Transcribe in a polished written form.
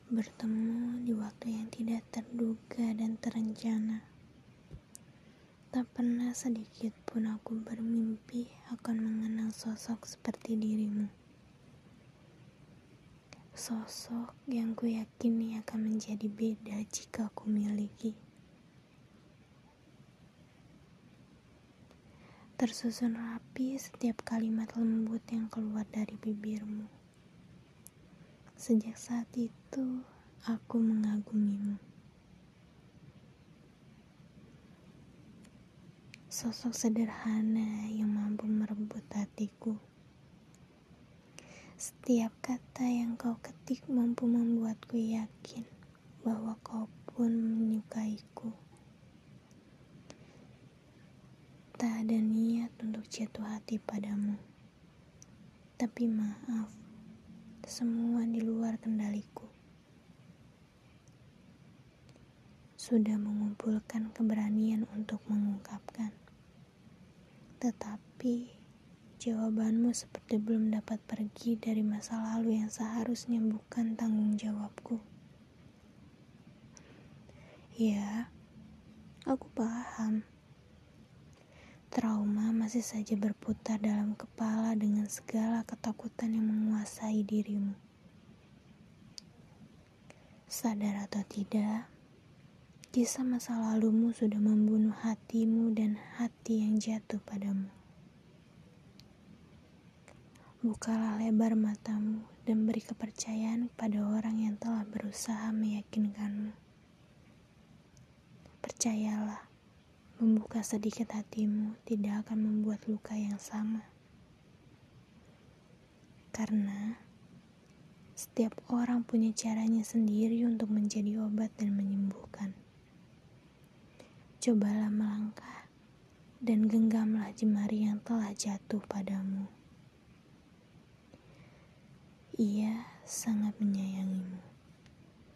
Bertemu di waktu yang tidak terduga dan terencana. Tak pernah sedikit pun aku bermimpi akan mengenal sosok seperti dirimu. Sosok yang kuyakini akan menjadi beda jika aku miliki. Tersusun rapi setiap kalimat lembut yang keluar dari bibirmu. Sejak saat itu, aku mengagumimu. Sosok sederhana yang mampu merebut hatiku. Setiap kata yang kau ketik mampu membuatku yakin bahwa kau pun menyukaiku. Tak ada niat untuk jatuh hati padamu. Tapi maaf, semua di luar kendaliku. Sudah mengumpulkan keberanian untuk mengungkapkan. Tetapi jawabanmu seperti belum dapat pergi dari masa lalu yang seharusnya bukan tanggung jawabku. Ya, aku paham. Trauma masih saja berputar dalam kepala dengan segala ketakutan yang menguasai dirimu. Sadar atau tidak, kisah masa lalumu sudah membunuh hatimu dan hati yang jatuh padamu. Bukalah lebar matamu dan beri kepercayaan kepada orang yang telah berusaha meyakinkanmu. Percayalah, membuka sedikit hatimu tidak akan membuat luka yang sama. Karena setiap orang punya caranya sendiri untuk menjadi obat dan menyembuhkan. Cobalah melangkah dan genggamlah jemari yang telah jatuh padamu. Ia sangat menyayangimu.